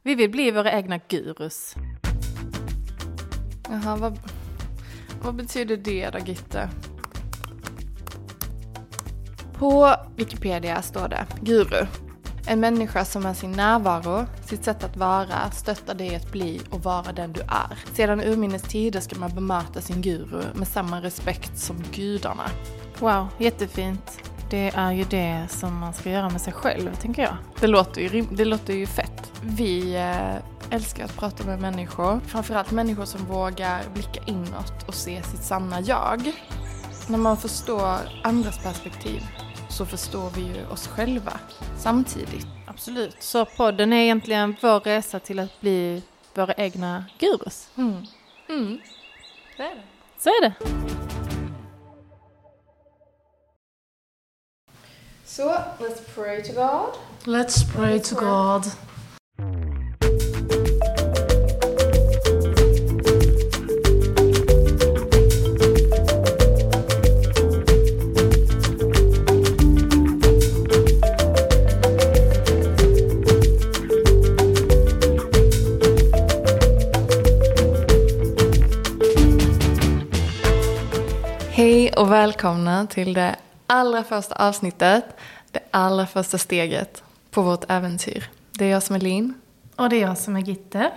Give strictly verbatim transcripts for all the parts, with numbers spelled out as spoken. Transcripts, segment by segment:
Vi vill bli våra egna gurus. Jaha, vad, vad betyder det då, Gitte? På Wikipedia står det guru. En människa som med sin närvaro, sitt sätt att vara, stöttar dig att bli och vara den du är. Sedan urminnes tider ska man bemöta sin guru med samma respekt som gudarna. Wow, jättefint. Det är ju det som man ska göra med sig själv, tänker jag. Det låter ju, det låter ju fett. Vi eh, älskar att prata med människor. Framförallt människor som vågar blicka inåt och se sitt sanna jag. När man förstår andras perspektiv så förstår vi ju oss själva samtidigt. Absolut. Så podden är egentligen vår resa till att bli våra egna gurus. Mm. Mm. Det är det. Så är det. Så, let's pray to God. Let's pray to God. Hej och välkomna till det allra första avsnittet, det allra första steget på vårt äventyr. Det är jag som är Lin. Och det är jag som är Gitte.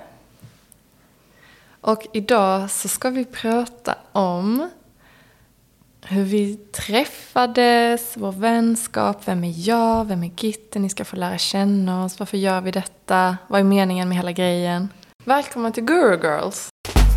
Och idag så ska vi prata om hur vi träffades, vår vänskap, vem är jag, vem är Gitte, ni ska få lära känna oss, varför gör vi detta, vad är meningen med hela grejen. Välkommen till Guru Girls.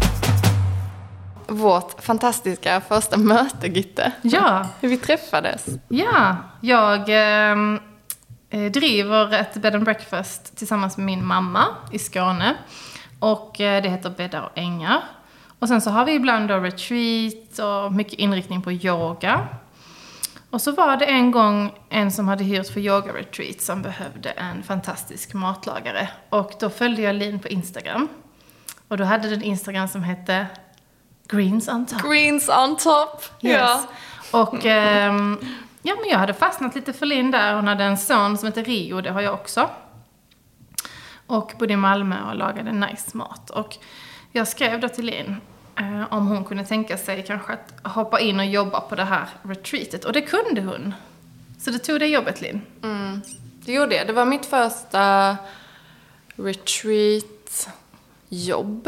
Vårt fantastiska första möte, Gitte. Ja. Hur vi träffades. Ja, jag eh, driver ett bed and breakfast tillsammans med min mamma i Skåne. Och eh, det heter Bäddar och ängar. Och sen så har vi ibland då retreat och mycket inriktning på yoga. Och så var det en gång en som hade hyrt för yoga-retreat som behövde en fantastisk matlagare. Och då följde jag Lin på Instagram. Och då hade den Instagram som hette Greens on top. Greens on top. Yes. Ja. Och ehm, ja, men jag hade fastnat lite för Lin där. Hon hade en son som heter Rio, det har jag också. Och bodde i Malmö och lagade nice mat. Och jag skrev då till Lin eh, om hon kunde tänka sig kanske att hoppa in och jobba på det här retreatet. Och det kunde hon. Så det tog det jobbet, Lin. Mm, det gjorde det. Det var mitt första retreat-jobb.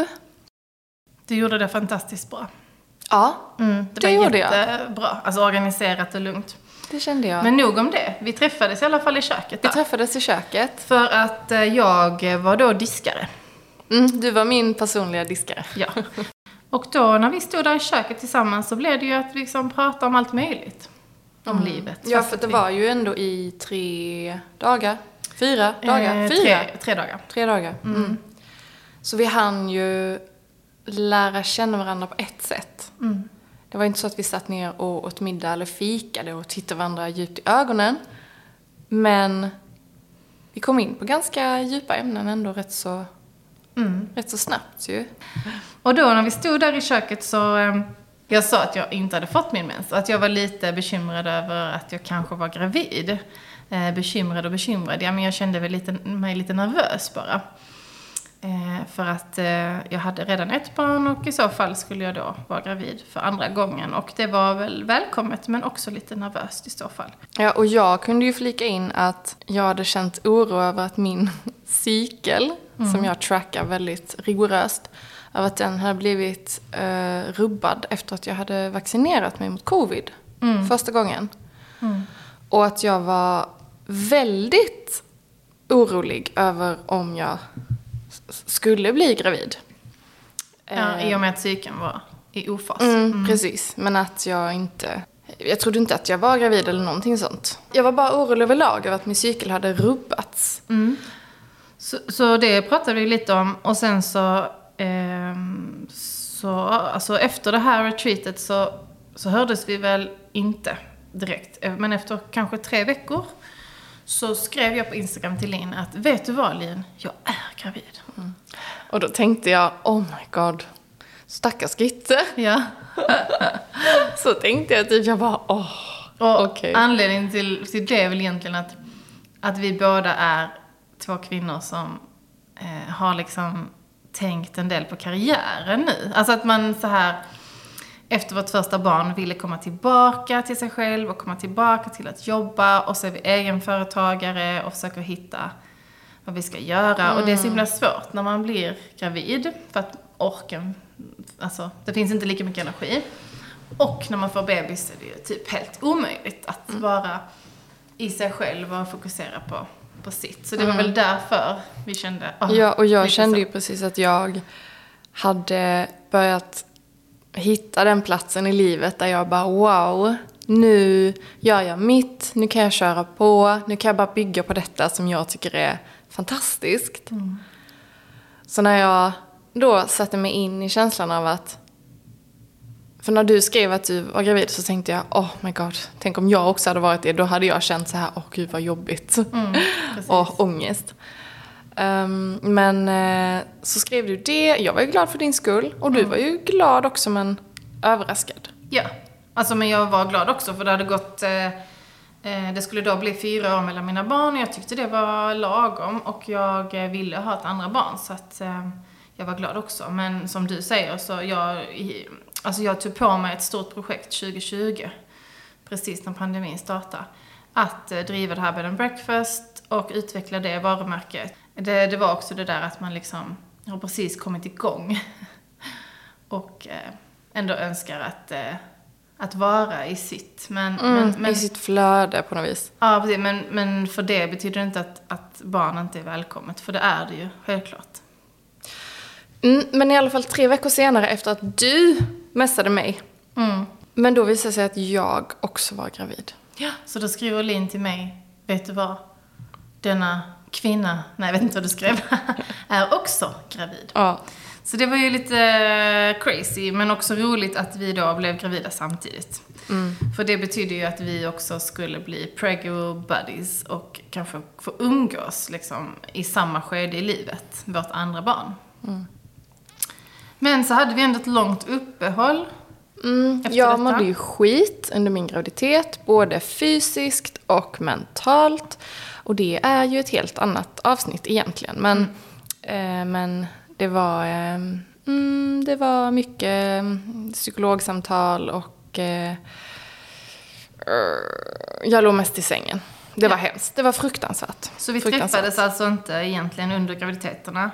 Du gjorde det fantastiskt bra. Ja, mm, det, det var gjorde jag. jättebra. Alltså organiserat och lugnt. Det kände jag. Men nog om det. Vi träffades i alla fall i köket där. Vi träffades i köket. För att eh, jag var då diskare. Mm, du var min personliga diskare. Ja. Och då när vi stod där i köket tillsammans så blev det ju att vi liksom pratade om allt möjligt. Om mm. livet. Ja, för det var ju ändå i tre dagar. Fyra dagar. Eh, Fyra. Tre, tre dagar. Tre dagar. Mm. Mm. Så vi hann ju lära känna varandra på ett sätt. Mm. Det var inte så att vi satt ner och åt middag eller fikade och tittade varandra djupt i ögonen. Men vi kom in på ganska djupa ämnen ändå rätt så, mm. rätt så snabbt ju. Och då när vi stod där i köket så... Eh, jag sa att jag inte hade fått min mens. Och att jag var lite bekymrad över att jag kanske var gravid. Eh, bekymrad och bekymrad. Ja, men jag kände väl lite, mig lite nervös bara. Eh, för att eh, jag hade redan ett barn och i så fall skulle jag då vara gravid för andra gången. Och det var väl välkommet men också lite nervöst i så fall. Ja, och jag kunde ju flika in att jag hade känt oro över att min cykel, mm. som jag trackar väldigt rigoröst, över att den hade blivit eh, rubbad efter att jag hade vaccinerat mig mot covid mm. första gången. Mm. Och att jag var väldigt orolig över om jag skulle bli gravid. Ja, i och med att cykeln var i ofas. Mm, mm. Precis, men att jag inte... Jag trodde inte att jag var gravid eller någonting sånt. Jag var bara orolig överlag över att min cykel hade rubbats. Mm. Så, så det pratade vi lite om. Och sen så... Eh, så alltså efter det här retreatet så, så hördes vi väl inte direkt. Men efter kanske tre veckor så skrev jag på Instagram till Lin att vet du vad, Lin? Jag är gravid. Mm. Och då tänkte jag, oh my god, stackars Gitte. Ja. Så tänkte jag typ, jag bara, åh, oh, okej. Okay. Anledningen till, till det är väl egentligen att, att vi båda är två kvinnor som eh, har liksom tänkt en del på karriären nu. Alltså att man så här efter vårt första barn ville komma tillbaka till sig själv och komma tillbaka till att jobba, och så är vi egenföretagare och försöker hitta vad vi ska göra. Mm. Och det är så himla svårt när man blir gravid, för att orken, alltså det finns inte lika mycket energi. Och när man får bebis är det ju typ helt omöjligt att mm. vara i sig själv och fokusera på, på sitt. Så det var mm. väl därför vi kände... Oh, ja, och jag kände så. ju precis att jag hade börjat hitta den platsen i livet där jag bara, wow, nu gör jag mitt, nu kan jag köra på, nu kan jag bara bygga på detta som jag tycker är fantastiskt. Mm. Så när jag då satte mig in i känslan av att, för när du skrev att du var gravid så tänkte jag, oh my god, tänk om jag också hade varit det, då hade jag känt så här, åh oh, gud vad jobbigt. Mm, och ångest. Um, men uh, så skrev du det, jag var ju glad för din skull, och du mm. var ju glad också, men överraskad. Ja, alltså men jag var glad också, för det hade gått, uh, uh, det skulle då bli fyra år mellan mina barn, och jag tyckte det var lagom, och jag uh, ville ha ett andra barn, så att uh, jag var glad också. Men som du säger, så jag, alltså jag tog på mig ett stort projekt tjugo tjugo, precis när pandemin startade, att uh, driva det här bed and breakfast och utveckla det varumärket. Det, det var också det där att man liksom har precis kommit igång och eh, ändå önskar att, eh, att vara i sitt. Men, mm, men, men, i sitt flöde på något vis. Ja, precis. Men, men för det betyder det inte att, att barn inte är välkommet. För det är det ju, självklart. Mm, men i alla fall tre veckor senare efter att du messade mig. Mm. Men då visade det sig att jag också var gravid. Ja, så då skriver Linn till mig, vet du vad? Denna kvinna, nej jag vet inte vad du skrev, är också gravid. Ja. Så det var ju lite crazy, men också roligt att vi då blev gravida samtidigt. Mm. För det betyder ju att vi också skulle bli preggo buddies och kanske få umgås liksom, i samma skede i livet, vårt andra barn. Mm. Men så hade vi ändå ett långt uppehåll. Mm, jag mådde ju skit under min graviditet, både fysiskt och mentalt. Och det är ju ett helt annat avsnitt egentligen. Men, mm. eh, men det var, eh, mm, det var mycket psykologsamtal och eh, jag låg mest i sängen. Det ja. var hemskt. Det var fruktansvärt. Så vi träffades alltså inte egentligen under graviditeterna.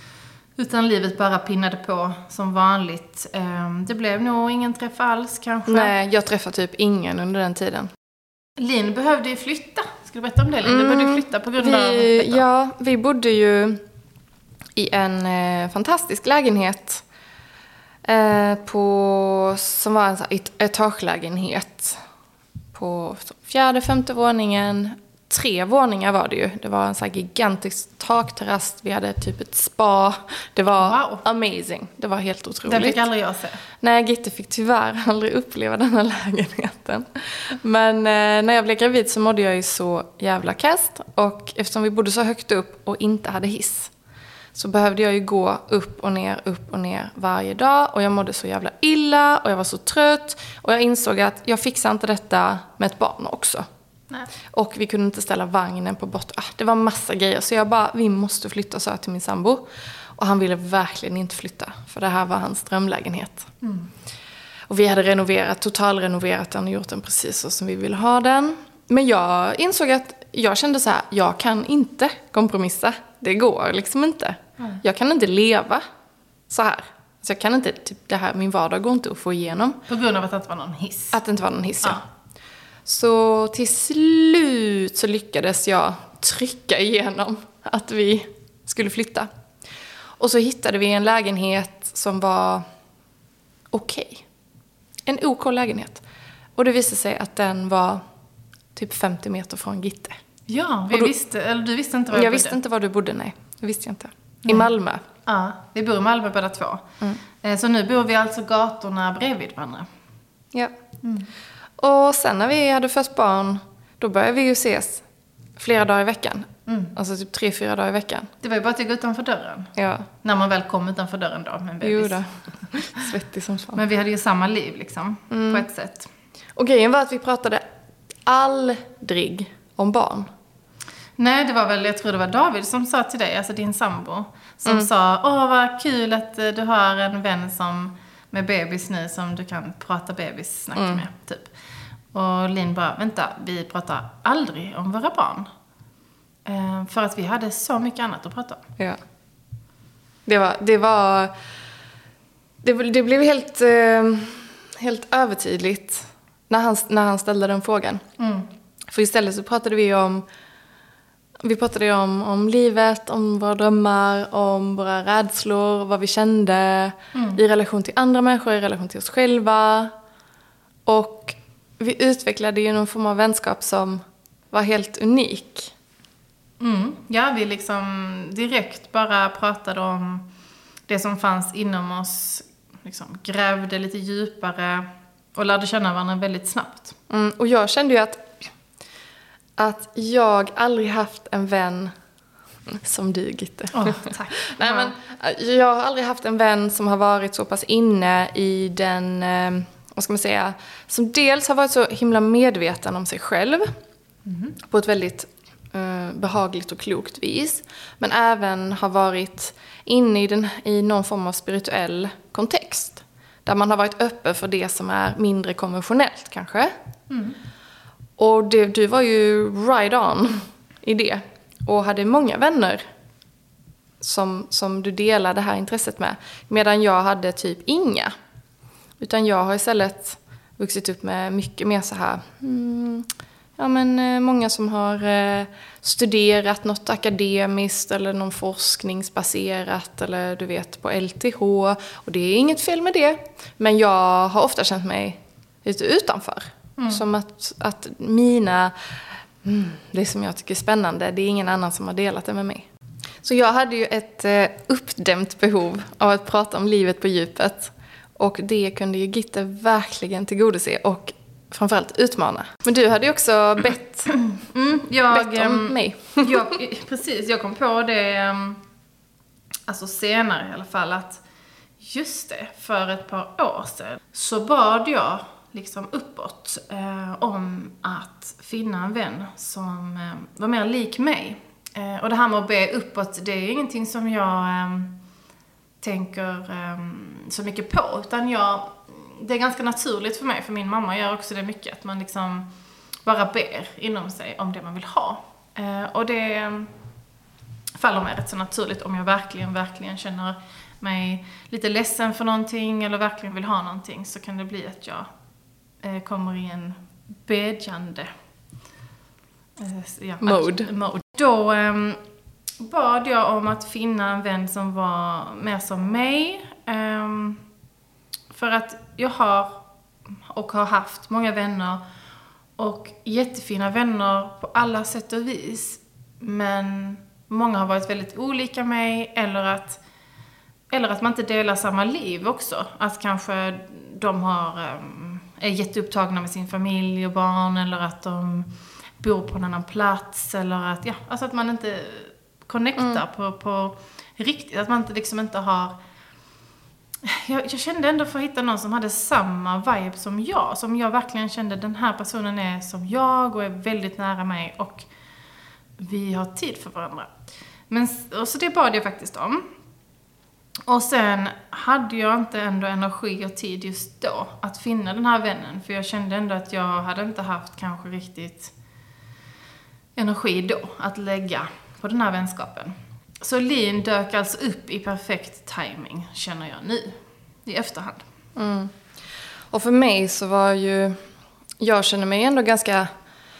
Utan livet bara pinnade på som vanligt. Det blev nog ingen träff alls kanske. Nej, jag träffade typ ingen under den tiden. Linn behövde ju flytta. Ska du berätta om det, Linn? Mm, du behövde flytta på grund vi, av detta. Ja, vi bodde ju i en eh, fantastisk lägenhet. Eh, på, som var en så här, etagelägenhet. På fjärde, femte våningen. Tre våningar var det ju. Det var en så här gigantisk takterrass. Vi hade typ ett spa. Det var wow. amazing. Det var helt otroligt. Det fick aldrig jag se. Nej, Gitte fick tyvärr aldrig uppleva den här lägenheten. Men eh, när jag blev gravid så mådde jag ju så jävla kast. Och eftersom vi bodde så högt upp och inte hade hiss, så behövde jag ju gå upp och ner, upp och ner varje dag. Och jag mådde så jävla illa och jag var så trött. Och jag insåg att jag fixar inte detta med ett barn också. Nej. Och vi kunde inte ställa vagnen på botten. Ah, det var massa grejer. Så jag bara, vi måste flytta, så till min sambo. Och han ville verkligen inte flytta. För det här var hans drömlägenhet. Mm. Och vi hade renoverat, totalrenoverat den och gjort den precis så som vi ville ha den. Men jag insåg att jag kände så här, jag kan inte kompromissa. Det går liksom inte. Mm. Jag kan inte leva så här. Så jag kan inte, typ det här, min vardag går inte att få igenom. På grund av att det inte var någon hiss. Att det inte var någon hiss, ja. ja. Så till slut så lyckades jag trycka igenom att vi skulle flytta. Och så hittade vi en lägenhet som var okej. Okay. En OK lägenhet. Och det visade sig att den var typ femtio meter från Gitte. Ja, vi då, visste, eller du visste inte var jag, jag bodde. visste inte var du bodde, nej. Det visste jag inte. I mm. Malmö. Ja, vi bor i Malmö båda två. Mm. Så nu bor vi alltså gatorna bredvid varandra. Ja. Mm. Och sen när vi hade först barn, då började vi ju ses flera dagar i veckan. Mm. Alltså typ tre, fyra dagar i veckan. Det var ju bara att gå utanför dörren. Ja. När man väl kom utanför dörren då med en bebis. Jo då. Svettig som fan. Men vi hade ju samma liv liksom, mm. på ett sätt. Och grejen var att vi pratade aldrig om barn. Nej, det var väl, jag tror det var David som sa till dig, alltså din sambo, Som mm. sa, åh vad kul att du har en vän som med bebis nu som du kan prata bebissnack mm. med, typ. Och Lin bara, vänta, vi pratar aldrig om våra barn. Eh, för att vi hade så mycket annat att prata om. Ja. Det var, det var, det, det blev helt, eh, helt övertydligt när han, när han ställde den frågan. Mm. För istället så pratade vi om, vi pratade om, om livet, om våra drömmar, om våra rädslor, vad vi kände mm. i relation till andra människor, i relation till oss själva. Och vi utvecklade ju någon form av vänskap som var helt unik. Mm. Ja, vi liksom direkt bara pratade om det som fanns inom oss, liksom grävde lite djupare och lärde känna varandra väldigt snabbt. Mm, och jag kände ju att, att jag aldrig haft en vän som du, Gitte. Oh, tack. Nej, men jag har aldrig haft en vän som har varit så pass inne i den, eh, vad ska man säga, som dels har varit så himla medveten om sig själv mm. på ett väldigt eh, behagligt och klokt vis, men även har varit inne i, den, i någon form av spirituell kontext där man har varit öppen för det som är mindre konventionellt kanske. Mm. Och det, du var ju right on i det. Och hade många vänner som, som du delade det här intresset med. Medan jag hade typ inga. Utan jag har istället vuxit upp med mycket mer så här... Mm, ja, men många som har eh, studerat något akademiskt eller någon forskningsbaserat. Eller du vet, på L T H. Och det är inget fel med det. Men jag har ofta känt mig lite utanför. Mm. Som att, att mina... Mm, det som jag tycker är spännande, det är ingen annan som har delat det med mig. Så jag hade ju ett eh, uppdämt behov av att prata om livet på djupet. Och det kunde ju Gitte verkligen tillgodose och framförallt utmana. Men du hade ju också bett, mm, jag, bett om mig. jag, precis, jag kom på det alltså senare i alla fall att just det, för ett par år sedan så bad jag liksom uppåt eh, om att finna en vän som eh, var mer lik mig. Eh, och det här med att be uppåt, det är ingenting som jag eh, tänker eh, så mycket på. Utan jag, det är ganska naturligt för mig, för min mamma gör också det mycket. Att man liksom bara ber inom sig om det man vill ha. Eh, och det eh, faller mig rätt så naturligt om jag verkligen, verkligen känner mig lite ledsen för någonting eller verkligen vill ha någonting, så kan det bli att jag kommer i en bedjande ja, mode. mode. Då um, bad jag om att finna en vän som var mer som mig. Um, för att jag har och har haft många vänner och jättefina vänner på alla sätt och vis. Men många har varit väldigt olika mig, eller att, eller att man inte delar samma liv också. Att kanske de har... Um, är jätteupptagna med sin familj och barn, eller att de bor på en annan plats, eller att, ja, alltså att man inte connectar mm. på, på riktigt, att man inte, liksom inte har jag, jag kände ändå för att hitta någon som hade samma vibe som jag, som jag verkligen kände, den här personen är som jag och är väldigt nära mig och vi har tid för varandra. Men, och så det bad jag faktiskt om. Och sen hade jag inte ändå energi och tid just då att finna den här vännen. För jag kände ändå att jag hade inte haft kanske riktigt energi då att lägga på den här vänskapen. Så Lin dök alltså upp i perfekt timing, känner jag nu, i efterhand. Mm. Och för mig så var ju, jag känner mig ändå ganska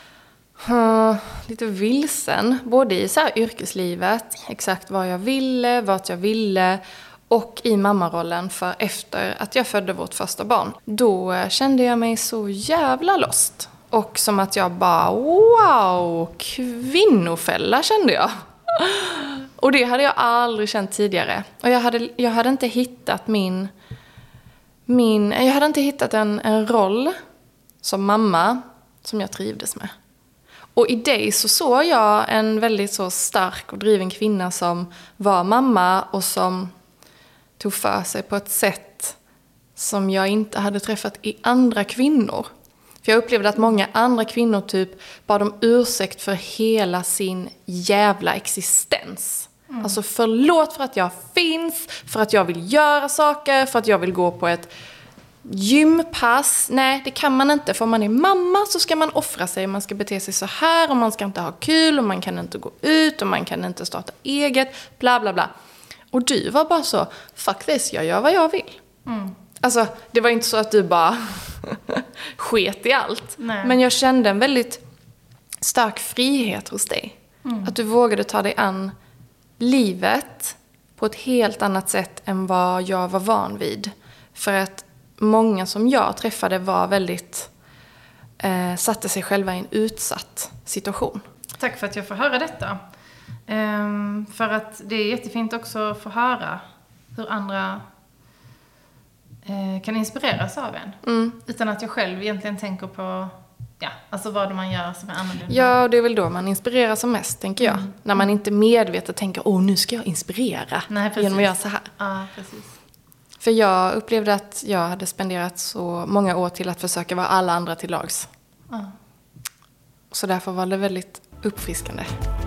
uh, lite vilsen. Både i så här yrkeslivet, exakt vad jag ville, vart jag ville. Och i mammarollen, för efter att jag födde vårt första barn. Då kände jag mig så jävla lost. Och som att jag bara, wow, kvinnofälla kände jag. Och det hade jag aldrig känt tidigare. Och jag hade, jag hade inte hittat min, min... Jag hade inte hittat en, en roll som mamma som jag trivdes med. Och i dig så såg jag en väldigt så stark och driven kvinna som var mamma och som tog för sig på ett sätt som jag inte hade träffat i andra kvinnor. För jag upplevde att många andra kvinnor typ bad om ursäkt för hela sin jävla existens. Mm. Alltså förlåt för att jag finns, för att jag vill göra saker, för att jag vill gå på ett gympass. Nej, det kan man inte. För om man är mamma så ska man offra sig. Man ska bete sig så här och man ska inte ha kul och man kan inte gå ut och man kan inte starta eget. Bla bla bla. Och du var bara så, fuck this, jag gör vad jag vill. Mm. Alltså, det var inte så att du bara sket i allt. Nej. Men jag kände en väldigt stark frihet hos dig. Mm. Att du vågade ta dig an livet på ett helt annat sätt än vad jag var van vid. För att många som jag träffade var väldigt eh, satte sig själva i en utsatt situation. Tack för att jag får höra detta. Ehm, för att det är jättefint också att få höra hur andra eh, kan inspireras av en. Mm. Utan att jag själv egentligen tänker på ja, alltså vad man gör som är annorlunda. Ja, det är väl då man inspirerar som mest, tänker jag. Mm. När man inte medvetet tänker, åh nu ska jag inspirera. Nej, genom att göra så här. Ja, precis. För jag upplevde att jag hade spenderat så många år till att försöka vara alla andra till lags. Ja. Så därför var det väldigt uppfriskande.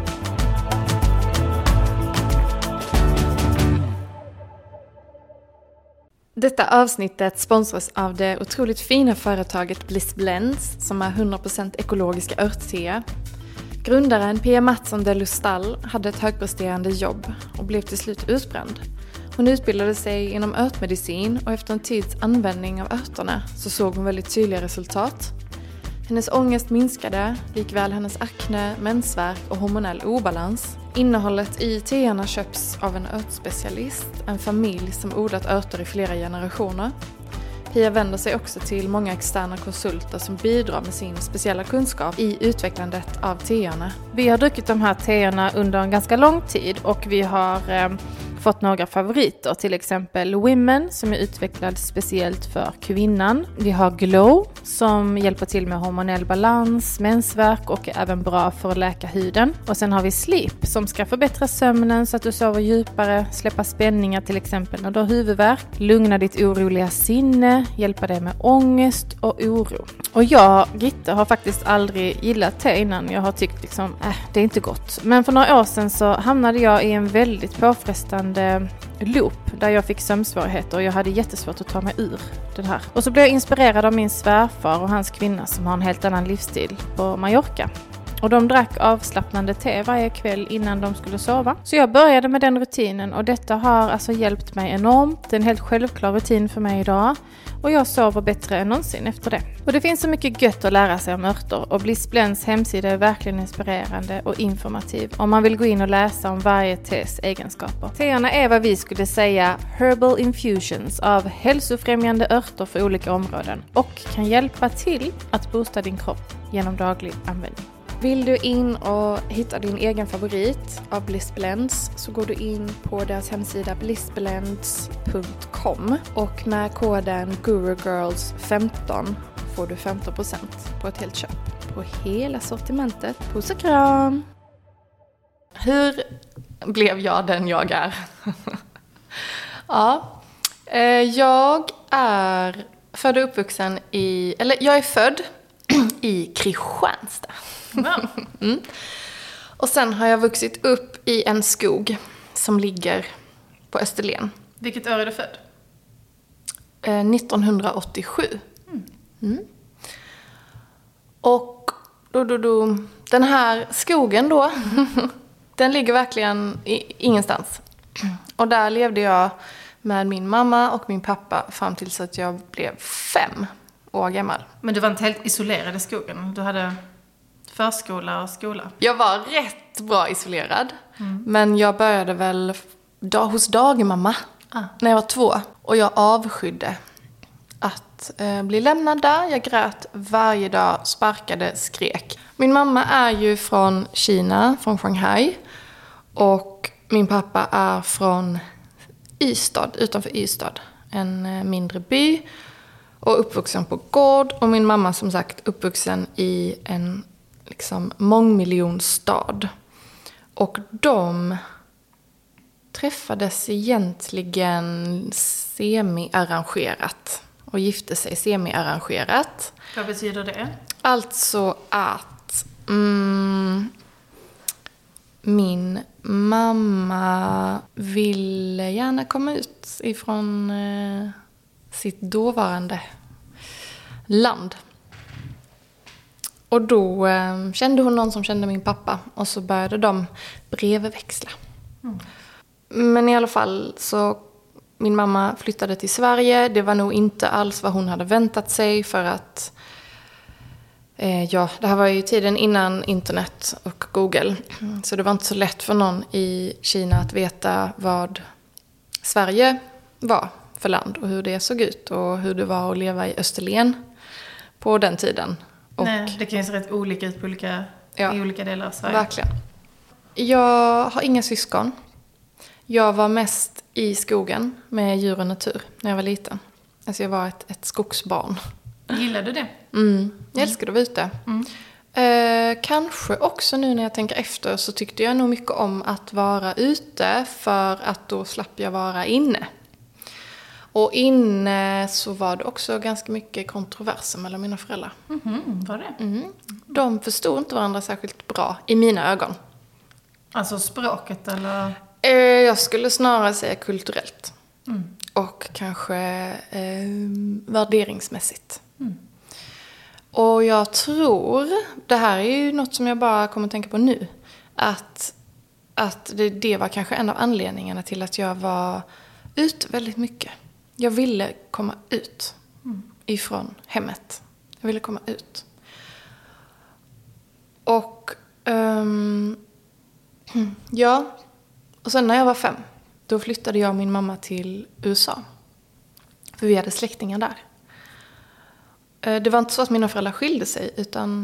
Detta avsnittet sponsras av det otroligt fina företaget Bliss Blends som är hundra procent ekologiska örttea. Grundaren Pia Mattsson de Lustal hade ett högpresterande jobb och blev till slut utbränd. Hon utbildade sig inom örtmedicin och efter en tids användning av örterna så såg hon väldigt tydliga resultat. Hennes ångest minskade, likväl hennes akne, mensvärk och hormonell obalans. Innehållet i teerna köps av en örtspecialist, en familj som odlat örter i flera generationer. Pia vänder sig också till många externa konsulter som bidrar med sin speciella kunskap i utvecklandet av teerna. Vi har druckit de här teerna under en ganska lång tid och vi har eh, fått några favoriter. Till exempel Women som är utvecklad speciellt för kvinnan. Vi har Glow som hjälper till med hormonell balans, mensvärk och är även bra för att läka huden. Och sen har vi Sleep som ska förbättra sömnen så att du sover djupare, släppa spänningar till exempel när du har huvudvärk, lugna ditt oroliga sinne, hjälpa dig med ångest och oro. Och jag, Gitte, har faktiskt aldrig gillat te innan. Jag har tyckt liksom, äh, det är inte gott. Men för några år sedan så hamnade jag i en väldigt påfrestande loop där jag fick sömnsvårigheter och jag hade jättesvårt att ta mig ur den här. Och så blev jag inspirerad av min svärfar och hans kvinna som har en helt annan livsstil på Mallorca. Och de drack avslappnande te varje kväll innan de skulle sova. Så jag började med den rutinen och detta har alltså hjälpt mig enormt. Det är en helt självklar rutin för mig idag. Och jag sover bättre än någonsin efter det. Och det finns så mycket gött att lära sig om örter. Och Bliss Blends hemsida är verkligen inspirerande och informativ. Om man vill gå in och läsa om varje tes egenskaper. Teerna är vad vi skulle säga herbal infusions av hälsofrämjande örter för olika områden. Och kan hjälpa till att boosta din kropp genom daglig användning. Vill du in och hitta din egen favorit av Bliss Blends så går du in på deras hemsida bliss blends punkt com och med koden gurugirls femton får du femton procent på ett helt köp på hela sortimentet. Puss och kram! Hur blev jag den jag är? Ja, jag är född och uppvuxen i, eller jag är född i Kristianstad. Mm. Och sen har jag vuxit upp i en skog som ligger på Österlen. Vilket år är du född? Eh, nittonhundraåttiosju. Mm. Mm. Och då, då, då, den här skogen då, den ligger verkligen i, ingenstans. Och där levde jag med min mamma och min pappa fram tills att jag blev fem år gammal. Men du var inte helt isolerad i skogen? Du hade förskola och skola? Jag var rätt bra isolerad. Mm. Men jag började väl dag, hos dagmamma ah. när jag var två. Och jag avskydde att eh, bli lämnad där. Jag grät varje dag, sparkade, skrek. Min mamma är ju från Kina, från Shanghai. Och min pappa är från Ystad, utanför Ystad. En eh, mindre by. Och uppvuxen på gård. Och min mamma som sagt uppvuxen i en liksom mångmiljonstad. Och de träffades egentligen semi-arrangerat. Och gifte sig semi-arrangerat. Vad betyder det? Alltså att mm, min mamma ville gärna komma ut ifrån eh, sitt dåvarande land. Och då eh, kände hon någon som kände min pappa. Och så började de brevväxla. Mm. Men i alla fall så min mamma flyttade till Sverige. Det var nog inte alls vad hon hade väntat sig för att eh, ja, det här var ju tiden innan internet och Google. Mm. Så det var inte så lätt för någon i Kina att veta vad Sverige var för land och hur det såg ut och hur det var att leva i Österlen på den tiden. Och, nej, det kan ju se rätt olika ut på olika, ja, i olika delar av Sverige. Verkligen. Jag har inga syskon. Jag var mest i skogen med djur och natur när jag var liten. Alltså jag var ett, ett skogsbarn. Gillade du det? Mm, jag älskade att vara ute. Mm. Eh, kanske också nu när jag tänker efter så tyckte jag nog mycket om att vara ute för att då slapp jag vara inne. Och inne så var det också ganska mycket kontroverser mellan mina föräldrar. Mm-hmm, var det? Mm. De förstod inte varandra särskilt bra i mina ögon. Alltså språket eller? Eh, jag skulle snarare säga kulturellt. Mm. Och kanske eh, värderingsmässigt. Mm. Och jag tror, det här är ju något som jag bara kommer att tänka på nu. Att, att det, det var kanske en av anledningarna till att jag var ute väldigt mycket. Jag ville komma ut mm. ifrån hemmet. Jag ville komma ut. Och um, ja, och sen när jag var fem, då flyttade jag och min mamma till U S A. För vi hade släktingar där. Det var inte så att mina föräldrar skilde sig, utan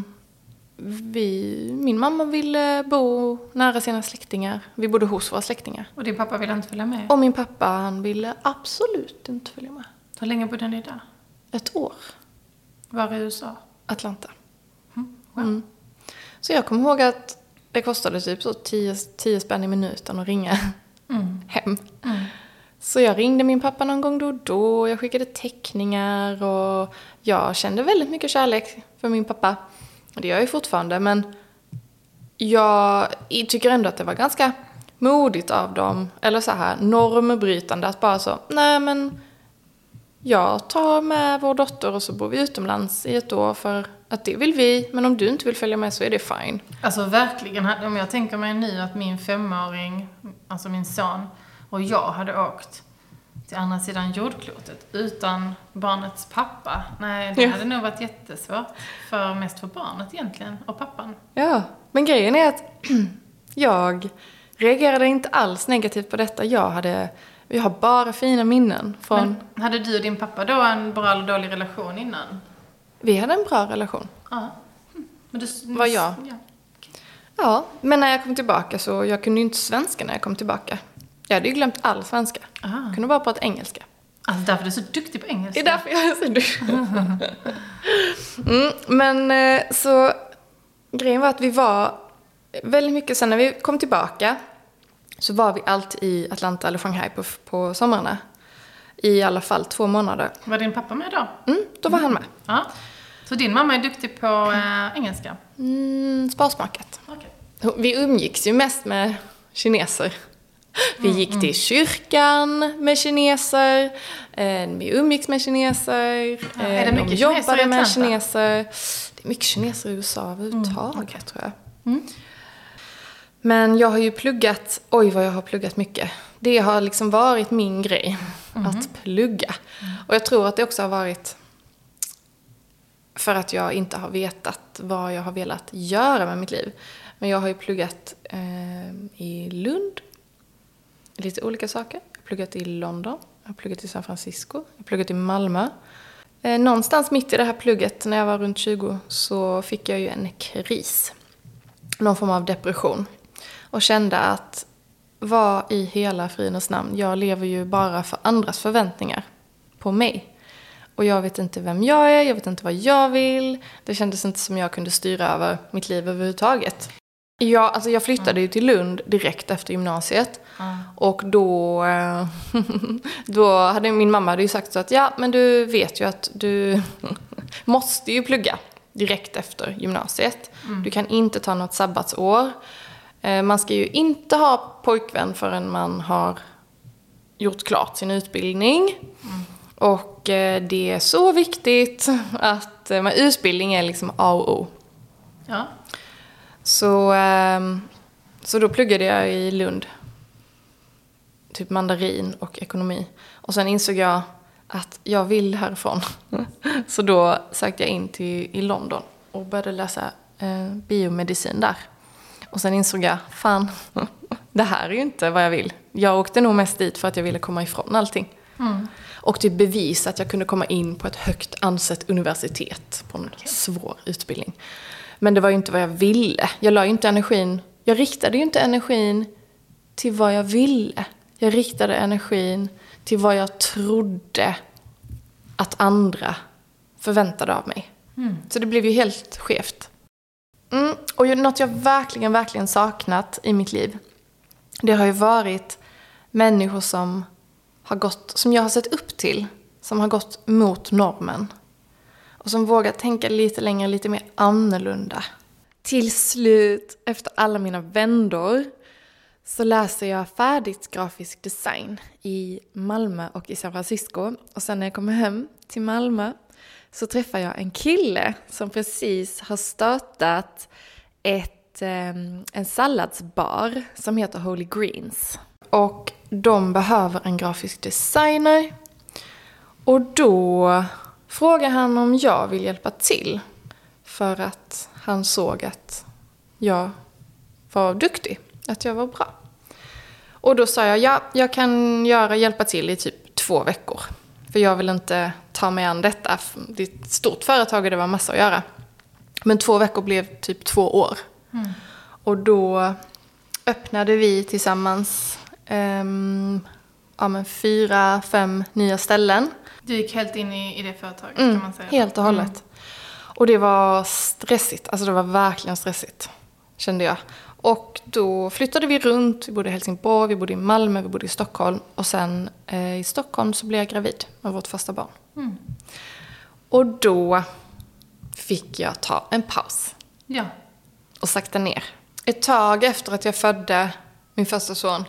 vi, min mamma ville bo nära sina släktingar. Vi bodde hos våra släktingar. Och din pappa ville inte följa med? Och min pappa, han ville absolut inte följa med. Hur länge bodde ni där? Ett år. Var i U S A? Atlanta. Mm. Wow. Mm. Så jag kommer ihåg att det kostade typ så tio, tio spänn i minuten att ringa mm. hem. Mm. Så jag ringde min pappa någon gång då och då. Jag skickade teckningar och jag kände väldigt mycket kärlek för min pappa. Och det gör jag ju fortfarande, men jag tycker ändå att det var ganska modigt av dem. Eller så här normbrytande att bara så, nej men jag tar med vår dotter och så bor vi utomlands i ett år för att det vill vi. Men om du inte vill följa med så är det fine. Alltså verkligen, om jag tänker mig nu att min femåring, alltså min son och jag hade åkt till andra sidan jordklotet utan barnets pappa. Nej, det ja. hade nog varit jättesvårt. För mest för barnet egentligen och pappan. Ja, men grejen är att jag reagerade inte alls negativt på detta. Jag hade, vi har bara fina minnen från... Men hade du och din pappa då en bra eller dålig relation innan? Vi hade en bra relation. Ja. Men du, var jag. Ja. Okay. Ja, men när jag kom tillbaka så jag kunde ju inte svenska när jag kom tillbaka. Jag hade ju glömt all svenska. Aha. Jag kunde bara prata engelska. Alltså därför är du så duktig på engelska. Det är därför jag är så duktig. mm, men så grejen var att vi var väldigt mycket, sen när vi kom tillbaka så var vi alltid i Atlanta eller Shanghai på, på sommarna. I alla fall två månader. Var din pappa med då? Mm, då var mm. han med. Ja. Så din mamma är duktig på äh, engelska? Mm, sparsmakat. Okay. Vi umgicks ju mest med kineser. Vi gick mm, till kyrkan med kineser. Vi umgicks med kineser. Ja, är det mycket de jobbade med kineser? Det är mycket kineser i U S A överhuvudtaget, mm, okay. tror jag. Mm. Men jag har ju pluggat, oj vad jag har pluggat mycket. Det har liksom varit min grej, mm. att plugga. Mm. Och jag tror att det också har varit för att jag inte har vetat vad jag har velat göra med mitt liv. Men jag har ju pluggat eh, i Lund. Lite olika saker. Jag har pluggat i London. Jag har pluggat i San Francisco. Jag har pluggat i Malmö. Eh, någonstans mitt i det här plugget, när jag var runt tjugo, så fick jag ju en kris. Någon form av depression. Och kände att vad i hela fridens namn. Jag lever ju bara för andras förväntningar på mig. Och jag vet inte vem jag är. Jag vet inte vad jag vill. Det kändes inte som jag kunde styra över mitt liv överhuvudtaget. Jag, alltså jag flyttade mm. ju till Lund direkt efter gymnasiet. Mm. Och då, då hade min mamma hade ju sagt så att ja, men du vet ju att du måste ju plugga direkt efter gymnasiet. Mm. Du kan inte ta något sabbatsår. Eh, man ska ju inte ha pojkvän förrän man har gjort klart sin utbildning. Mm. Och eh, det är så viktigt att eh, utbildning är liksom A och O. Ja. Så, eh, så då pluggade jag i Lund. Typ mandarin och ekonomi. Och sen insåg jag att jag vill härifrån. Så då sökte jag in till i London och började läsa eh, biomedicin där. Och sen insåg jag, fan, det här är ju inte vad jag vill. Jag åkte nog mest dit för att jag ville komma ifrån allting. Mm. Och typ bevisa att jag kunde komma in på ett högt ansett universitet på en okay. svår utbildning. Men det var ju inte vad jag ville. Jag la ju inte energin, jag riktade ju inte energin till vad jag ville. Jag riktade energin till vad jag trodde att andra förväntade av mig. Mm. Så det blev ju helt skevt. Mm. Och något jag verkligen, verkligen saknat i mitt liv, det har ju varit människor som har gått, som jag har sett upp till, som har gått mot normen. Och som vågar tänka lite längre, lite mer annorlunda. Till slut, efter alla mina vändor, så läser jag färdigt grafisk design i Malmö och i San Francisco. Och sen när jag kommer hem till Malmö så träffar jag en kille som precis har startat ett, en salladsbar som heter Holy Greens. Och de behöver en grafisk designer. Och då frågar han om jag vill hjälpa till. För att han såg att jag var duktig. Att jag var bra. Och då sa jag, ja, jag kan göra, hjälpa till i typ två veckor. För jag vill inte ta mig an detta. Det är ett stort företag och det var massa att göra. Men två veckor blev typ två år. Mm. Och då öppnade vi tillsammans um, ja, men fyra, fem nya ställen. Du gick helt in i, i det företaget mm, kan man säga. Helt och hållet. Mm. Och det var stressigt. Alltså det var verkligen stressigt, kände jag. Och då flyttade vi runt. Vi bodde i Helsingborg, vi bodde i Malmö, vi bodde i Stockholm. Och sen eh, i Stockholm så blev jag gravid med vårt första barn. Mm. Och då fick jag ta en paus. Ja. Och sakta ner. Ett tag efter att jag födde min första son,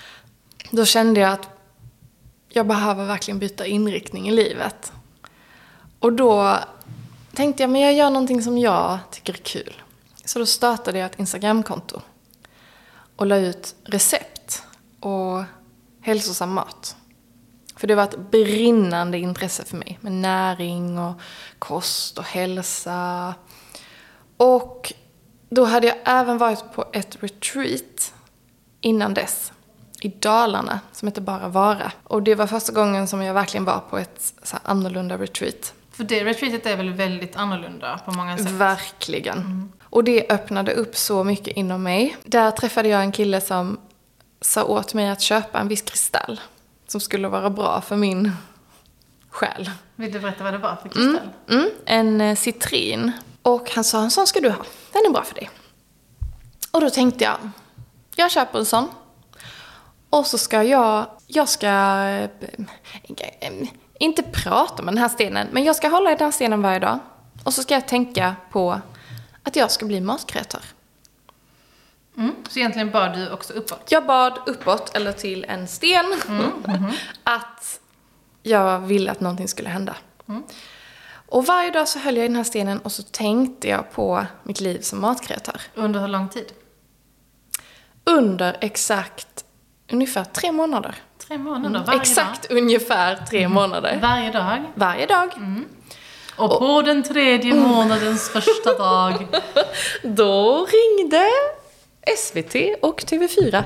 då kände jag att jag behöver verkligen byta inriktning i livet. Och då tänkte jag, men jag gör någonting som jag tycker är kul. Så då startade jag ett Instagramkonto och la ut recept och hälsosam mat. För det var ett brinnande intresse för mig med näring och kost och hälsa. Och då hade jag även varit på ett retreat innan dess i Dalarna som heter Bara Vara. Och det var första gången som jag verkligen var på ett så här annorlunda retreat. För det retreatet är väl väldigt annorlunda på många sätt? Verkligen. Mm. Och det öppnade upp så mycket inom mig. Där träffade jag en kille som sa åt mig att köpa en viss kristall som skulle vara bra för min själ. Vill du berätta vad det var för kristall? Mm, mm, en citrin. Och han sa, en sån ska du ha. Den är bra för dig. Och då tänkte jag, jag köper en sån. Och så ska jag, jag ska inte prata med den här stenen, men jag ska hålla i den här stenen varje dag. Och så ska jag tänka på att jag ska bli matkreatör. Mm. Så egentligen bad du också uppåt? Jag bad uppåt, eller till en sten, mm. Mm-hmm. att jag ville att någonting skulle hända. Mm. Och varje dag så höll jag i den här stenen och så tänkte jag på mitt liv som matkreatör. Under hur lång tid? Under exakt ungefär tre månader. Tre månader, varje Exakt dag? ungefär tre mm. månader. Varje dag? Varje dag. Mm. Och, och på den tredje månadens första dag? Då ringde S V T och T V fyra.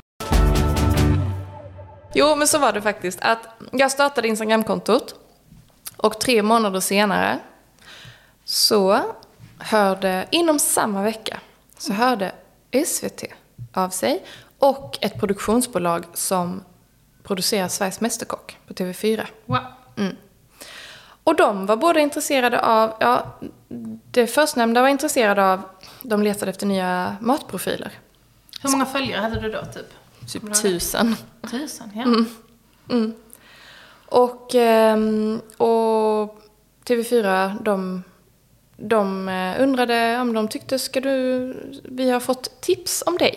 Jo, men så var det faktiskt att jag startade Instagramkontot och tre månader senare så hörde, inom samma vecka, så hörde S V T av sig och ett produktionsbolag som producerar Sveriges Mästerkock på T V fyra. Wow. Mm. Och de var båda intresserade av, ja, det förstnämnda var intresserade av, de letade efter nya matprofiler. Hur många följare hade du då typ? Typ tusen. Tusen, ja. Mm. Mm. Och, och T V fyra, de, de undrade om de tyckte, ska du, vi har fått tips om dig.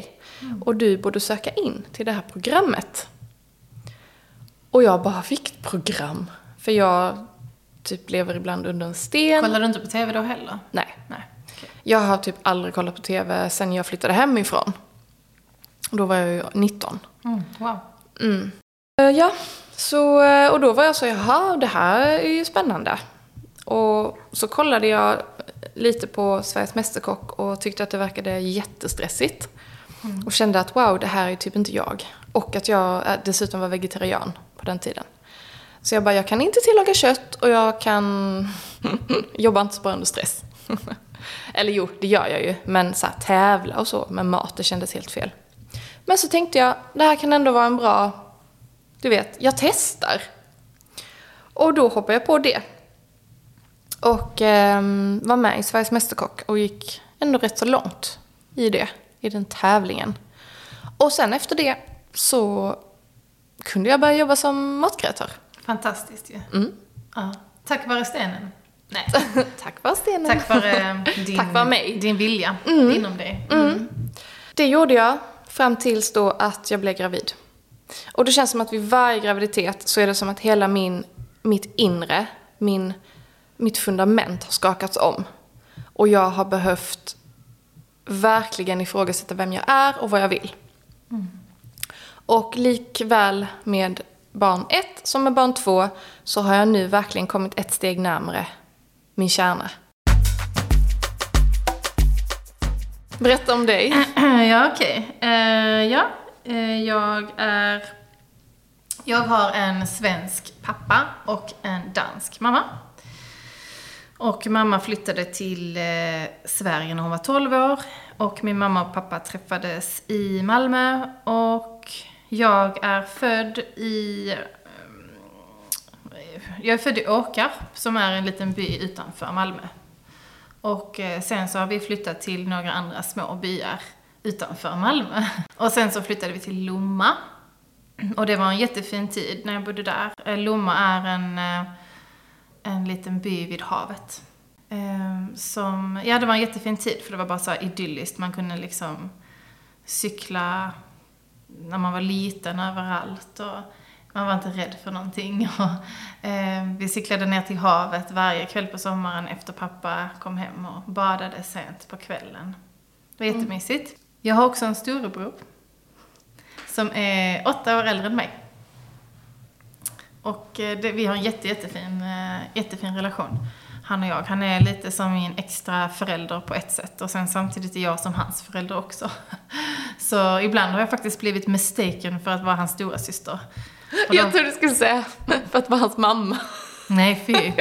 Mm. Och du borde söka in till det här programmet. Och jag bara, vilket program? För jag typ lever ibland under en sten. Kollar du inte på tv då heller? Nej. Nej. Okay. Jag har typ aldrig kollat på tv sen jag flyttade hemifrån. Då var jag ju nitton. Mm. Wow. Mm. Ja, så, och då var jag så, jaha, det här är ju spännande. Och så kollade jag lite på Sveriges Mästerkock och tyckte att det verkade jättestressigt. Mm. Och kände att wow, det här är typ inte jag. Och att jag dessutom var vegetarian på den tiden. Så jag bara, jag kan inte tillaga kött och jag kan jobba inte så bra under stress. Eller jo, det gör jag ju. Men så här, tävla och så med mat, det kändes helt fel. Men så tänkte jag, det här kan ändå vara en bra, du vet, jag testar. Och då hoppade jag på det. Och eh, var med i Sveriges Mästerkock och gick ändå rätt så långt i det, i den tävlingen. Och sen efter det så kunde jag börja jobba som matkreatör. Fantastiskt ju. Ja. Mm. Ja. Tack vare stenen. Nej. Tack vare stenen. Tack vare din, Tack vare mig. din vilja Mm. inom dig. Mm. Mm. Det gjorde jag fram tills då att jag blev gravid. Och det känns som att vid varje graviditet så är det som att hela min, mitt inre, min, mitt fundament har skakats om. Och jag har behövt verkligen ifrågasätta vem jag är och vad jag vill. Mm. Och likväl med barn ett som med barn två så har jag nu verkligen kommit ett steg närmare min kärna. Berätta om dig. Ja, okej. Okay. Uh, ja, uh, jag är... Jag har en svensk pappa och en dansk mamma. Och mamma flyttade till eh, Sverige när hon var tolv år. Och min mamma och pappa träffades i Malmö. Och jag är född i... Eh, jag är född i Åkarp, som är en liten by utanför Malmö. Och eh, sen så har vi flyttat till några andra små byar utanför Malmö. Och sen så flyttade vi till Lomma. Och det var en jättefin tid när jag bodde där. Lomma är en... Eh, en liten by vid havet. Eh, som, ja, det var en jättefin tid för det var bara så här idylliskt. Man kunde liksom cykla när man var liten överallt och man var inte rädd för någonting. Och, eh, vi cyklade ner till havet varje kväll på sommaren efter pappa kom hem och badade sent på kvällen. Det var jättemysigt. Mm. Jag har också en storebror som är åtta år äldre än mig. Och det, vi har en jätte, jättefin, jättefin relation, han och jag. Han är lite som min extra förälder på ett sätt. Och sen samtidigt är jag som hans förälder också. Så ibland har jag faktiskt blivit mistaken för att vara hans stora syster. Då... Jag tror du skulle säga för att vara hans mamma. Nej, fy.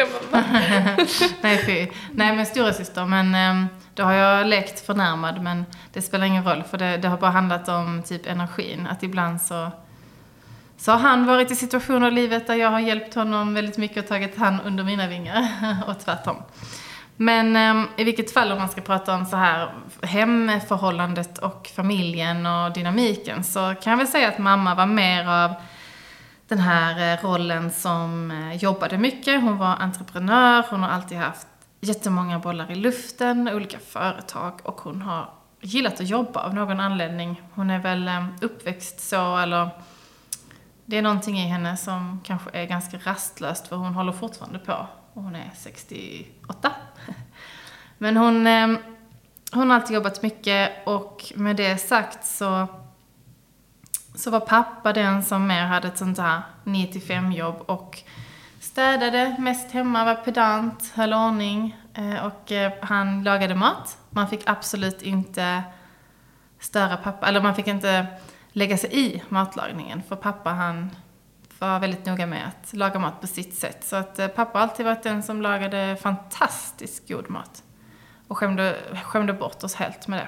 Nej, fy. Nej, men stora syster. Men då har jag lekt förnärmad. Men det spelar ingen roll. För det, det har bara handlat om typ energin. Att ibland så... Så har han varit i situationer i livet där jag har hjälpt honom väldigt mycket och tagit han under mina vingar och tvärtom. Men eh, i vilket fall om man ska prata om så här hemförhållandet och familjen och dynamiken så kan jag väl säga att mamma var mer av den här rollen som eh, jobbade mycket. Hon var entreprenör, hon har alltid haft jättemånga bollar i luften, olika företag och hon har gillat att jobba av någon anledning. Hon är väl eh, uppväxt så eller... Det är någonting i henne som kanske är ganska rastlöst för hon håller fortfarande på. Och hon är sextioåtta. Men hon, hon har alltid jobbat mycket och med det sagt så, så var pappa den som mer hade ett sånt här nio till fem jobb och städade mest hemma, var pedant, höll ordning och han lagade mat. Man fick absolut inte störa pappa, eller man fick inte... lägga sig i matlagningen. För pappa han var väldigt noga med att laga mat på sitt sätt. Så att pappa alltid varit den som lagade fantastiskt god mat. Och skämde, skämde bort oss helt med det.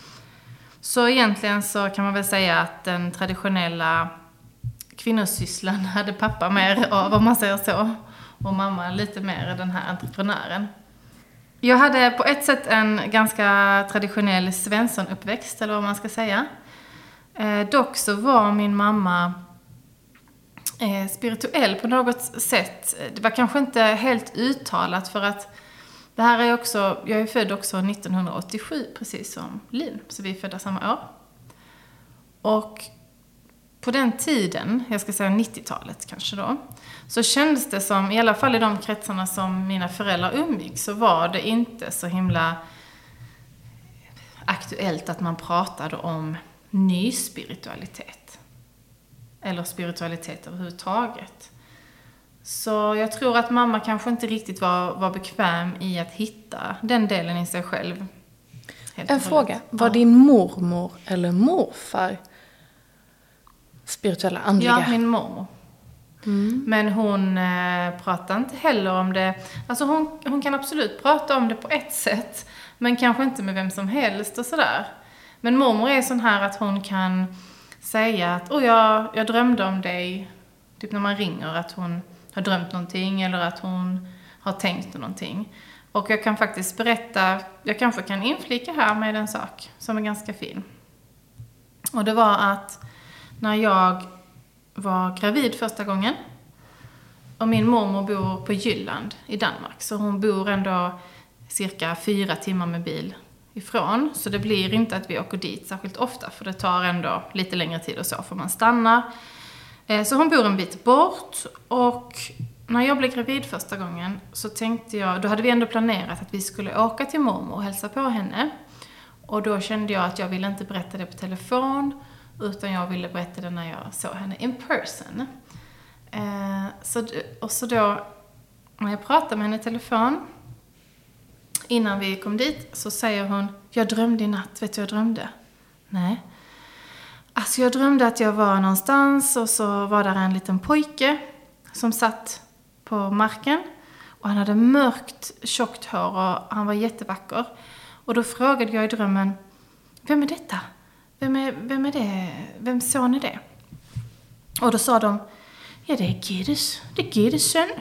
Så egentligen så kan man väl säga att den traditionella kvinnosysslan hade pappa mer av, om man säger så. Och mamma lite mer den här entreprenören. Jag hade på ett sätt en ganska traditionell Svensson-uppväxt, eller vad man ska säga. Eh, dock så var min mamma eh, spirituell på något sätt. Det var kanske inte helt uttalat för att det här är också, jag är född också nittonhundraåttiosju precis som Lin, så vi är födda samma år. Och på den tiden, jag ska säga nittiotalet kanske då, så kändes det som, i alla fall i de kretsarna som mina föräldrar umgick, så var det inte så himla aktuellt att man pratade om ny spiritualitet. Eller spiritualitet överhuvudtaget. Så jag tror att mamma kanske inte riktigt var, var bekväm i att hitta den delen i sig själv. Helt en fråga, var ja. din mormor eller morfar spirituella, andliga? Ja, min mormor. Mm. Men hon eh, pratar inte heller om det. Alltså hon, hon kan absolut prata om det på ett sätt. Men kanske inte med vem som helst och sådär. Men mormor är sån här att hon kan säga att oh, jag, jag drömde om dig. Typ när man ringer att hon har drömt någonting. Eller att hon har tänkt någonting. Och jag kan faktiskt berätta, jag kanske kan inflika här med en sak som är ganska fin. Och det var att när jag var gravid första gången. Och min mormor bor på Jylland i Danmark. Så hon bor ändå cirka fyra timmar med bil ifrån. Så det blir inte att vi åker dit särskilt ofta. För det tar ändå lite längre tid och så får man stanna. Så hon bor en bit bort. Och när jag blev gravid första gången så tänkte jag, då hade vi ändå planerat att vi skulle åka till mormor och hälsa på henne. Och då kände jag att jag ville inte berätta det på telefon. Utan jag ville berätta det när jag såg henne in person. Eh, så, och så då, när jag pratade med henne i telefon, innan vi kom dit, så säger hon, jag drömde i natt, vet du jag drömde? Nej. Alltså jag drömde att jag var någonstans och så var där en liten pojke som satt på marken. Och han hade mörkt, tjockt hår och han var jättevacker. Och då frågade jag i drömmen, vem är detta? Vem är, vem är det? Vem son är det? Och då sa de, ja det är Giddes, det är Giddes son.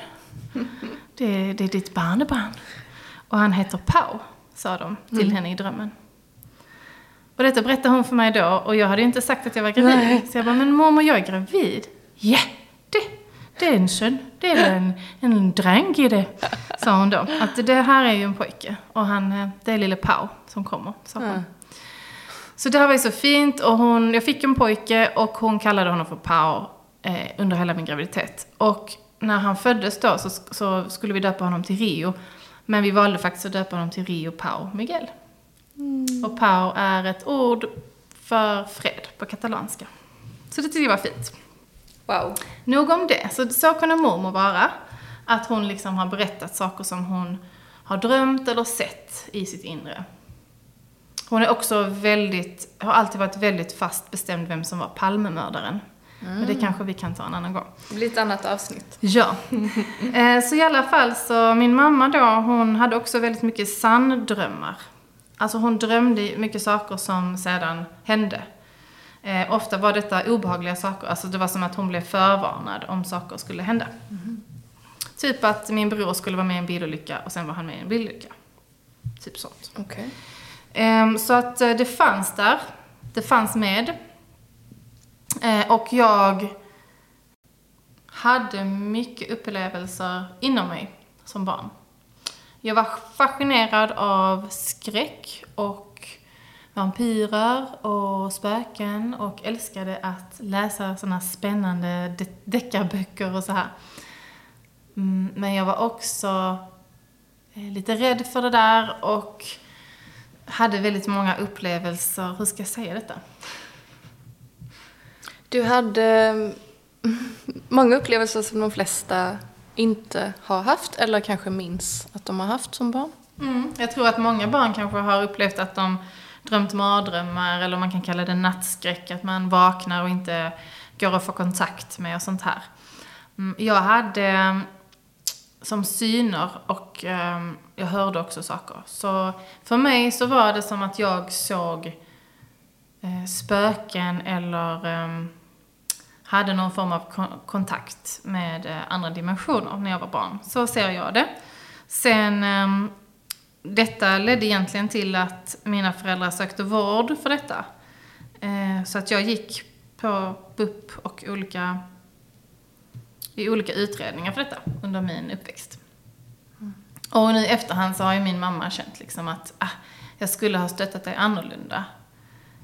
Det, det är ditt barnebarn. Och han heter Pau, sa de till mm. henne i drömmen. Och detta berättade hon för mig då. Och jag hade inte sagt att jag var gravid. Nej. Så jag bara, men mormor jag är gravid. Ja, yeah, det, det är en son. Det är en, en dräng i det, sa hon då. Att det här är ju en pojke. Och han, det är lille Pau som kommer, sa hon. Mm. Så det här var ju så fint och hon, jag fick en pojke och hon kallade honom för Pau eh, under hela min graviditet. Och när han föddes då så, så skulle vi döpa honom till Rio. Men vi valde faktiskt att döpa honom till Rio Pau Miguel. Mm. Och Pau är ett ord för fred på katalanska. Så det tyckte jag var fint. Wow. Nog om det. Så, så kunde mormor vara. Att hon liksom har berättat saker som hon har drömt eller sett i sitt inre. Hon är också väldigt, har alltid varit väldigt fast bestämd vem som var Palmemördaren. Mm. Men det kanske vi kan ta en annan gång. Det blir ett annat avsnitt. Ja. eh, så i alla fall så min mamma då, hon hade också väldigt mycket sanndrömmar. Alltså hon drömde mycket saker som sedan hände. Eh, ofta var detta obehagliga saker. Alltså det var som att hon blev förvarnad om saker skulle hända. Mm. Typ att min bror skulle vara med i en bilolycka och sen var han med i en bilolycka. Typ sånt. Okej. Okay. Så att det fanns där. Det fanns med. Och jag hade mycket upplevelser inom mig som barn. Jag var fascinerad av skräck och vampyrer och spöken och älskade att läsa såna spännande de- deckarböcker och så här. Men jag var också lite rädd för det där och hade väldigt många upplevelser. Hur ska jag säga detta? Du hade många upplevelser som de flesta inte har haft eller kanske minns att de har haft som barn. Mm, jag tror att många barn kanske har upplevt att de drömt mardrömmar eller man kan kalla det nattskräck. Att man vaknar och inte går att få kontakt med och sånt här. Jag hade som syner och um, jag hörde också saker. Så för mig så var det som att jag såg eh, spöken eller um, hade någon form av ko- kontakt med eh, andra dimensioner när jag var barn. Så ser jag det. Sen um, detta ledde egentligen till att mina föräldrar sökte vård för detta. Eh, så att jag gick på B U P och olika i olika utredningar för detta under min uppväxt. Mm. Och nu i efterhand så har ju min mamma känt liksom att ah, jag skulle ha stöttat dig annorlunda.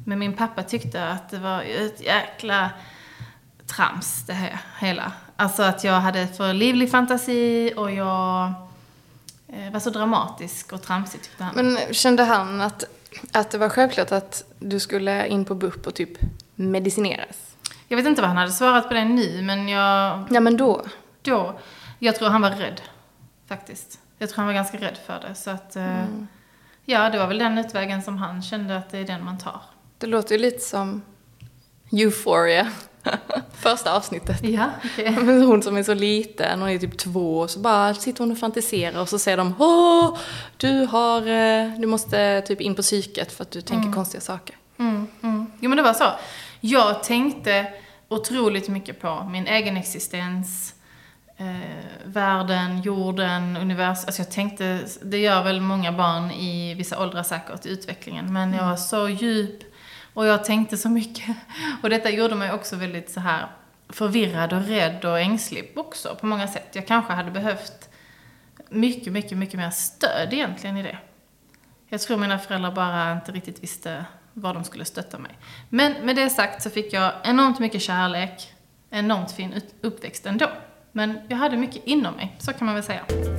Men min pappa tyckte att det var ett jäkla trams det här hela. Alltså att jag hade för livlig fantasi och jag eh, var så dramatisk och tramsig tyckte han. Men kände han att, att det var självklart att du skulle in på B U P och typ medicineras? Jag vet inte vad han hade svarat på det nu, men jag... Ja, men då? Då? Jag tror han var rädd, faktiskt. Jag tror han var ganska rädd för det. Så att, eh, Mm. ja, det var väl den utvägen som han kände att det är den man tar. Det låter ju lite som Euphoria. Första avsnittet. Ja, okej. Men hon som är så liten, hon är typ två, och så bara sitter hon och fantiserar och så säger de: åh, du har, eh, du måste typ in på psyket för att du tänker konstiga saker. Mm, mm. Jo, men det var så. Jag tänkte otroligt mycket på min egen existens, eh, världen, jorden, universum. Alltså jag tänkte, det gör väl många barn i vissa åldrar säkert i utvecklingen, men jag var så djup och jag tänkte så mycket. Och detta gjorde mig också väldigt så här förvirrad och rädd och ängslig också på många sätt. Jag kanske hade behövt mycket, mycket, mycket mer stöd egentligen i det. Jag tror mina föräldrar bara inte riktigt visste var de skulle stötta mig. Men med det sagt så fick jag enormt mycket kärlek, enormt fin uppväxt ändå. Men jag hade mycket inom mig, så kan man väl säga.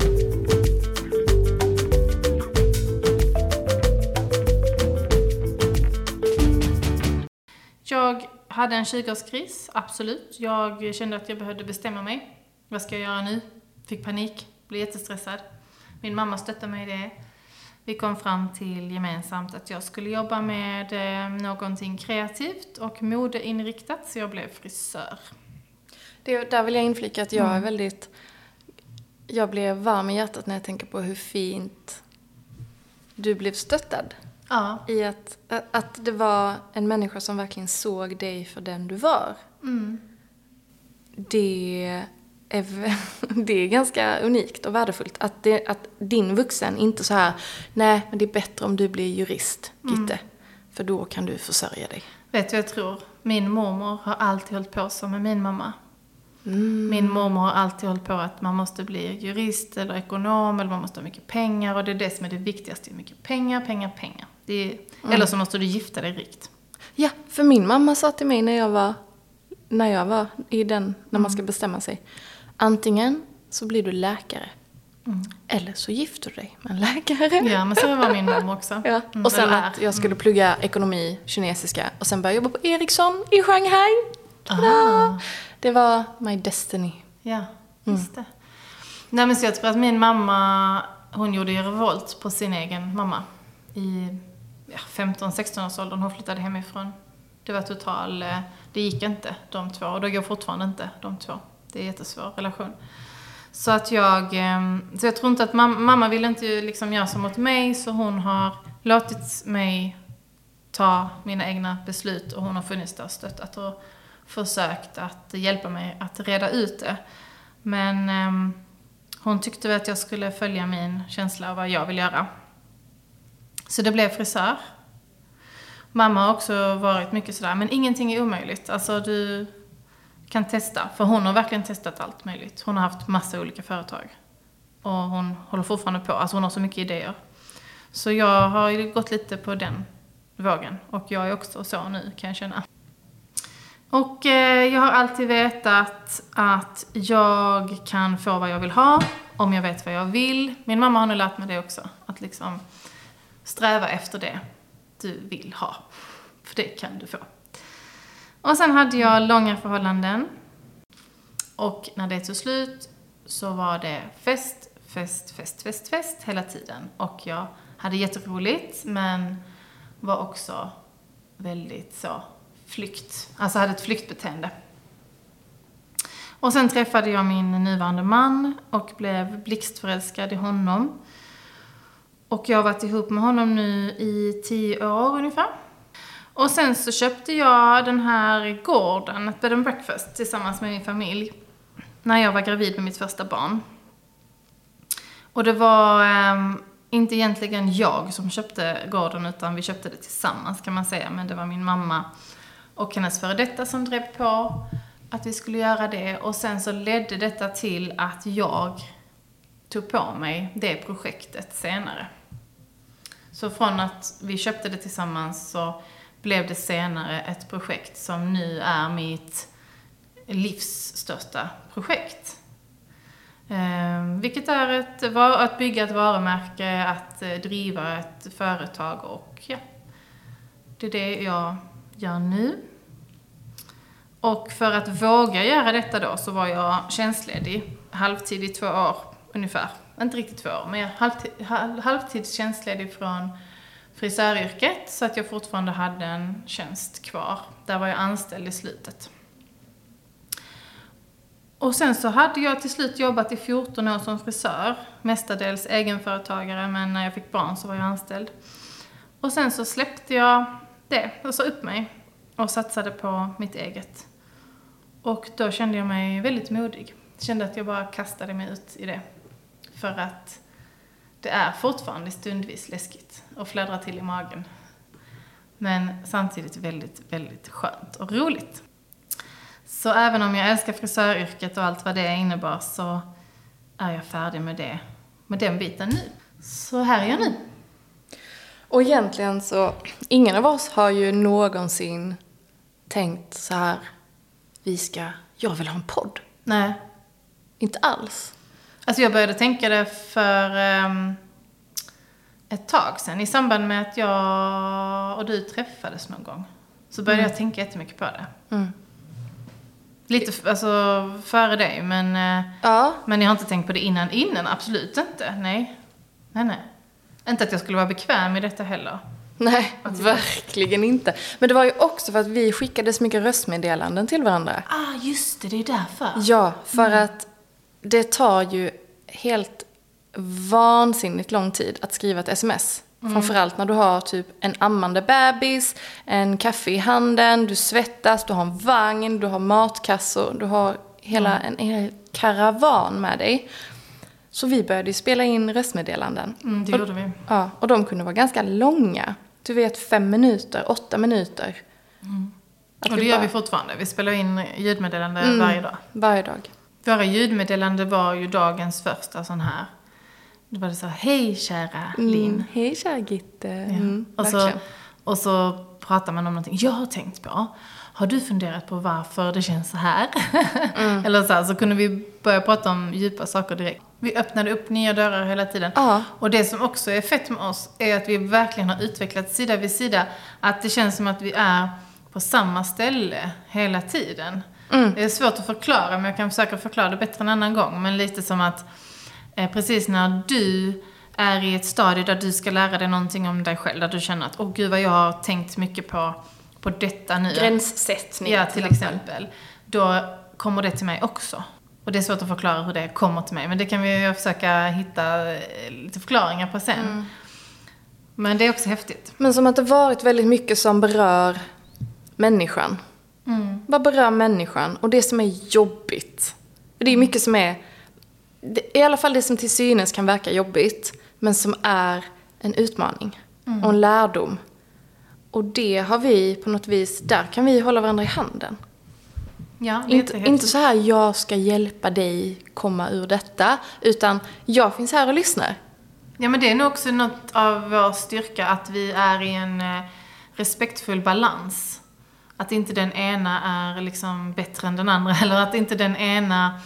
Jag hade en tjugoårskris, absolut. Jag kände att jag behövde bestämma mig. Vad ska jag göra nu? Fick panik, blev jättestressad. Min mamma stöttade mig i det. Vi kom fram till gemensamt att jag skulle jobba med eh, någonting kreativt och modeinriktat, så jag blev frisör. Det, där vill jag inflika att jag är väldigt... Jag blev varm i hjärtat när jag tänker på hur fint du blev stöttad. Ja. I att, att det var en människa som verkligen såg dig för den du var. Mm. Det är, det är ganska unikt och värdefullt. Att, det, att din vuxen inte så här: nej, men det är bättre om du blir jurist, Gitte. Mm. För då kan du försörja dig. Vet du vad jag tror? Min mormor har alltid hållit på så med min mamma. Mm. Min mormor har alltid hållit på att man måste bli jurist eller ekonom, eller man måste ha mycket pengar. Och det är det som är det viktigaste. Mycket pengar, pengar, pengar. Det är, mm. Eller så måste du gifta dig rikt. Ja, för min mamma sa till mig när jag var, när jag var i den, när man ska bestämma sig. Antingen så blir du läkare. Mm. Eller så gifter du dig med en läkare. Ja, men så var min mamma också. Ja. Mm, och sen att jag skulle plugga ekonomi, kinesiska. Och sen börja jobba på Ericsson i Shanghai. Tada! Det var my destiny. Ja, just det. Mm. Nej, men så jag tror att min mamma, hon gjorde ju revolt på sin egen mamma. I ja, femton sexton års åldern. Hon flyttade hemifrån. Det var total, det gick inte de två. Och det går fortfarande inte de två. Det är en jättesvår relation. Så att jag, så jag tror inte att mamma, mamma vill inte liksom göra så mot mig. Så hon har låtit mig ta mina egna beslut. Och hon har funnits där och stöttat och försökt att hjälpa mig att reda ut det. Men um, hon tyckte väl att jag skulle följa min känsla av vad jag vill göra. Så det blev frisör. Mamma har också varit mycket sådär, men ingenting är omöjligt. Alltså du kan testa. För hon har verkligen testat allt möjligt. Hon har haft massa olika företag. Och hon håller fortfarande på. Alltså hon har så mycket idéer. Så jag har ju gått lite på den vågen. Och jag är också så nu, kan jag känna. Och eh, jag har alltid vetat att jag kan få vad jag vill ha. Om jag vet vad jag vill. Min mamma har nu lärt mig det också. Att liksom sträva efter det du vill ha. För det kan du få. Och sen hade jag långa förhållanden. Och när det tog slut så var det fest, fest, fest, fest, fest hela tiden. Och jag hade jätteroligt, men var också väldigt så flykt. Alltså hade ett flyktbeteende. Och sen träffade jag min nuvarande man och blev blixtförälskad i honom. Och jag har varit ihop med honom nu i tio år ungefär. Och sen så köpte jag den här gården, ett bed and breakfast, tillsammans med min familj. När jag var gravid med mitt första barn. Och det var eh, inte egentligen jag som köpte gården, utan vi köpte det tillsammans kan man säga. Men det var min mamma och hennes före detta som drev på att vi skulle göra det. Och sen så ledde detta till att jag tog på mig det projektet senare. Så från att vi köpte det tillsammans så blev det senare ett projekt som nu är mitt livs största projekt. Eh, vilket är ett, att bygga ett varumärke, att driva ett företag och ja, det är det jag gör nu. Och för att våga göra detta då så var jag tjänstledig halvtid i två år ungefär. Inte riktigt två år, men jag halvtid, halvtids tjänstledig från frisöryrket så att jag fortfarande hade en tjänst kvar. Där var jag anställd i slutet. Och sen så hade jag till slut jobbat i fjorton år som frisör. Mestadels egenföretagare, men när jag fick barn så var jag anställd. Och sen så släppte jag det och sa upp mig och satsade på mitt eget. Och då kände jag mig väldigt modig. Kände att jag bara kastade mig ut i det. För att det är fortfarande stundvis läskigt och fladdra till i magen. Men samtidigt väldigt, väldigt skönt och roligt. Så även om jag älskar frisöryrket och allt vad det innebar så är jag färdig med det. Med den biten nu. Så här är jag nu. Och egentligen så, ingen av oss har ju någonsin tänkt så här, vi ska, jag vill ha en podd. Nej. Inte alls. Alltså jag började tänka det för um, ett tag sedan. I samband med att jag och du träffades någon gång. Så började mm. jag tänka jättemycket på det. Mm. Lite alltså, före dig, men, ja. men jag har inte tänkt på det innan. Innan, absolut inte. Nej. Nej, nej. Inte att jag skulle vara bekväm i detta heller. Nej, verkligen inte. Men det var ju också för att vi skickade så mycket röstmeddelanden till varandra. Ah, just det, det är därför. Ja, för mm. att det tar ju helt vansinnigt lång tid att skriva ett sms. Mm. Framförallt när du har typ en ammande bebis, en kaffe i handen, du svettas, du har en vagn, du har matkassor, du har hela mm. en hel karavan med dig. Så vi började spela in röstmeddelanden. Mm, det och, gjorde vi. Ja, och de kunde vara ganska långa. Du vet, fem minuter, åtta minuter. Mm. Och det gör bara... vi fortfarande. Vi spelar in ljudmeddelande mm, varje dag. Varje dag. Våra ljudmeddelande var ju dagens första sån här. Då var det så, hej kära Linn. Mm, hej kära Gitte. Mm, och, så, och så pratar man om någonting jag har tänkt på. Har du funderat på varför det känns så här? Mm. Eller så här, så kunde vi börja prata om djupa saker direkt. Vi öppnade upp nya dörrar hela tiden. Ja. Och det som också är fett med oss är att vi verkligen har utvecklat sida vid sida. Att det känns som att vi är på samma ställe hela tiden. Mm. Det är svårt att förklara, men jag kan försöka förklara det bättre en annan gång. Men lite som att eh, precis när du är i ett stadie där du ska lära dig någonting om dig själv. Där du känner att, åh gud vad jag har tänkt mycket på, på detta nu. Gränssättning. Ja, till exempel. Då kommer det till mig också. Och det är svårt att förklara hur det kommer till mig. Men det kan vi försöka hitta lite förklaringar på sen. Mm. Men det är också häftigt. Men som att det varit väldigt mycket som berör människan. Mm. Vad berör människan? Och det som är jobbigt. Det är mycket som är... I alla fall det som till synes kan verka jobbigt. Men som är en utmaning. Mm. Och en lärdom. Och det har vi på något vis... Där kan vi hålla varandra i handen. Ja, inte, inte så här, jag ska hjälpa dig komma ur detta. Utan jag finns här och lyssnar. Ja, men det är nog också något av vår styrka. Att vi är i en eh, respektfull balans. Att inte den ena är liksom bättre än den andra. Eller att inte den ena...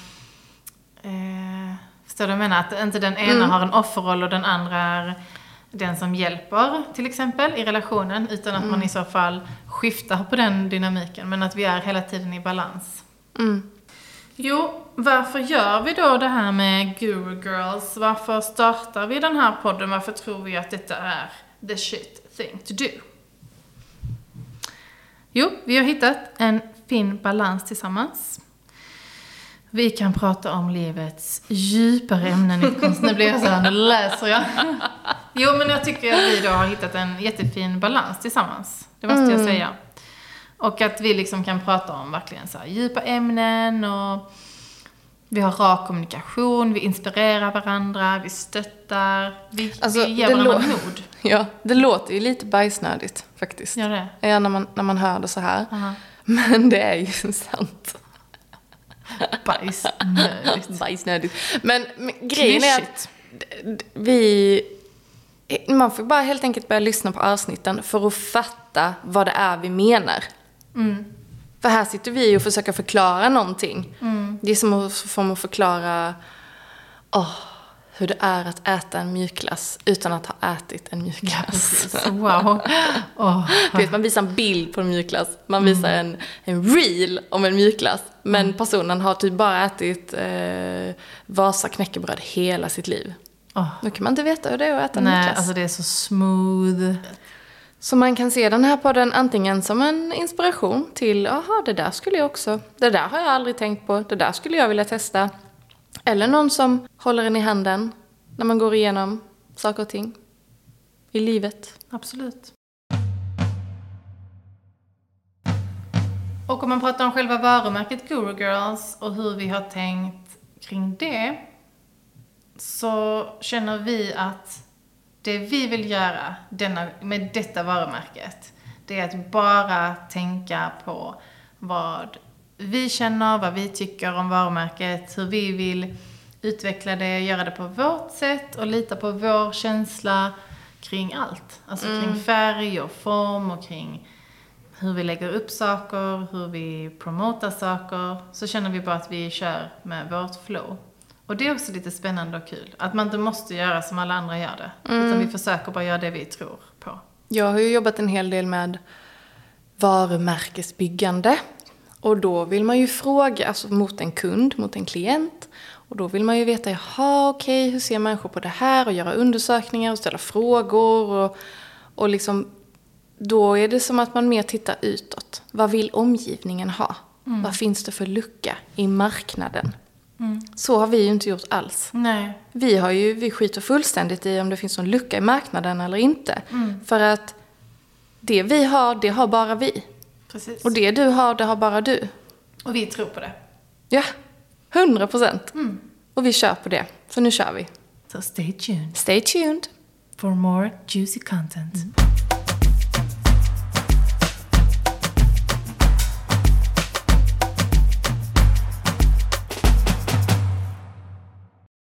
Eh, förstår du vad jag menar? Att inte den ena mm. har en offerroll och den andra är den som hjälper, till exempel, i relationen. Utan att mm. man i så fall skiftar på den dynamiken. Men att vi är hela tiden i balans. Mm. Jo, varför gör vi då det här med Guru Girls? Varför startar vi den här podden? Varför tror vi att detta är the shit thing to do? Jo, vi har hittat en fin balans tillsammans. Vi kan prata om livets djupare ämnen. Nu blir jag så här, nu läser jag. Jo, men jag tycker att vi då har hittat en jättefin balans tillsammans. Det måste mm. jag säga. Och att vi liksom kan prata om verkligen så här djupa ämnen. Och vi har rak kommunikation. Vi inspirerar varandra. Vi stöttar. Vi, alltså, vi ger varandra lå- mod. Ja, det låter ju lite bajsnödigt faktiskt. Ja, det. Ja, när man, när man hör det så här. Uh-huh. Men det är ju sant. Bajsnödigt. Bajsnödigt. Men, men grejen är att vi Man får bara helt enkelt börja lyssna på avsnitten för att fatta vad det är vi menar. Mm. För här sitter vi och försöker förklara någonting. Mm. Det är som att få förklara oh, hur det är att äta en mjukglass utan att ha ätit en mjukglass. Ja, wow. Oh. Vet, man visar en bild på en mjukglass. Man visar mm. en, en reel om en mjukglass. Men mm. personen har typ bara ätit eh, Vasa knäckebröd hela sitt liv. Oh. Då kan man inte veta hur det är att äta en Nej, mjukglass. Alltså det är så smooth. Så man kan se den här podden antingen som en inspiration till, aha, det där skulle jag också, det där har jag aldrig tänkt på, det där skulle jag vilja testa. Eller någon som håller en i handen när man går igenom saker och ting i livet. Absolut. Och om man pratar om själva varumärket Guru Girls och hur vi har tänkt kring det, så känner vi att det vi vill göra denna, med detta varumärket, det är att bara tänka på vad vi känner, vad vi tycker om varumärket, hur vi vill utveckla det, göra det på vårt sätt och lita på vår känsla kring allt. Alltså mm. kring färg och form och kring hur vi lägger upp saker, hur vi promotar saker. Så känner vi bara att vi kör med vårt flow. Och det är också lite spännande och kul. Att man inte måste göra som alla andra gör det. Mm. Utan vi försöker bara göra det vi tror på. Jag har ju jobbat en hel del med varumärkesbyggande. Och då vill man ju fråga, alltså mot en kund, mot en klient. Och då vill man ju veta, jaha okej, okay, hur ser människor på det här? Och göra undersökningar och ställa frågor. Och, och liksom, då är det som att man mer tittar utåt. Vad vill omgivningen ha? Mm. Vad finns det för lucka i marknaden? Mm. Så har vi ju inte gjort alls. Nej. Vi har ju, vi skiter fullständigt i om det finns någon lucka i marknaden eller inte. Mm. För att det vi har, det har bara vi. Precis. Och det du har, det har bara du. Och vi tror på det. Ja, hundra procent. Mm. Och vi kör på det. Så nu kör vi. So stay tuned. Stay tuned. For more juicy content. Mm.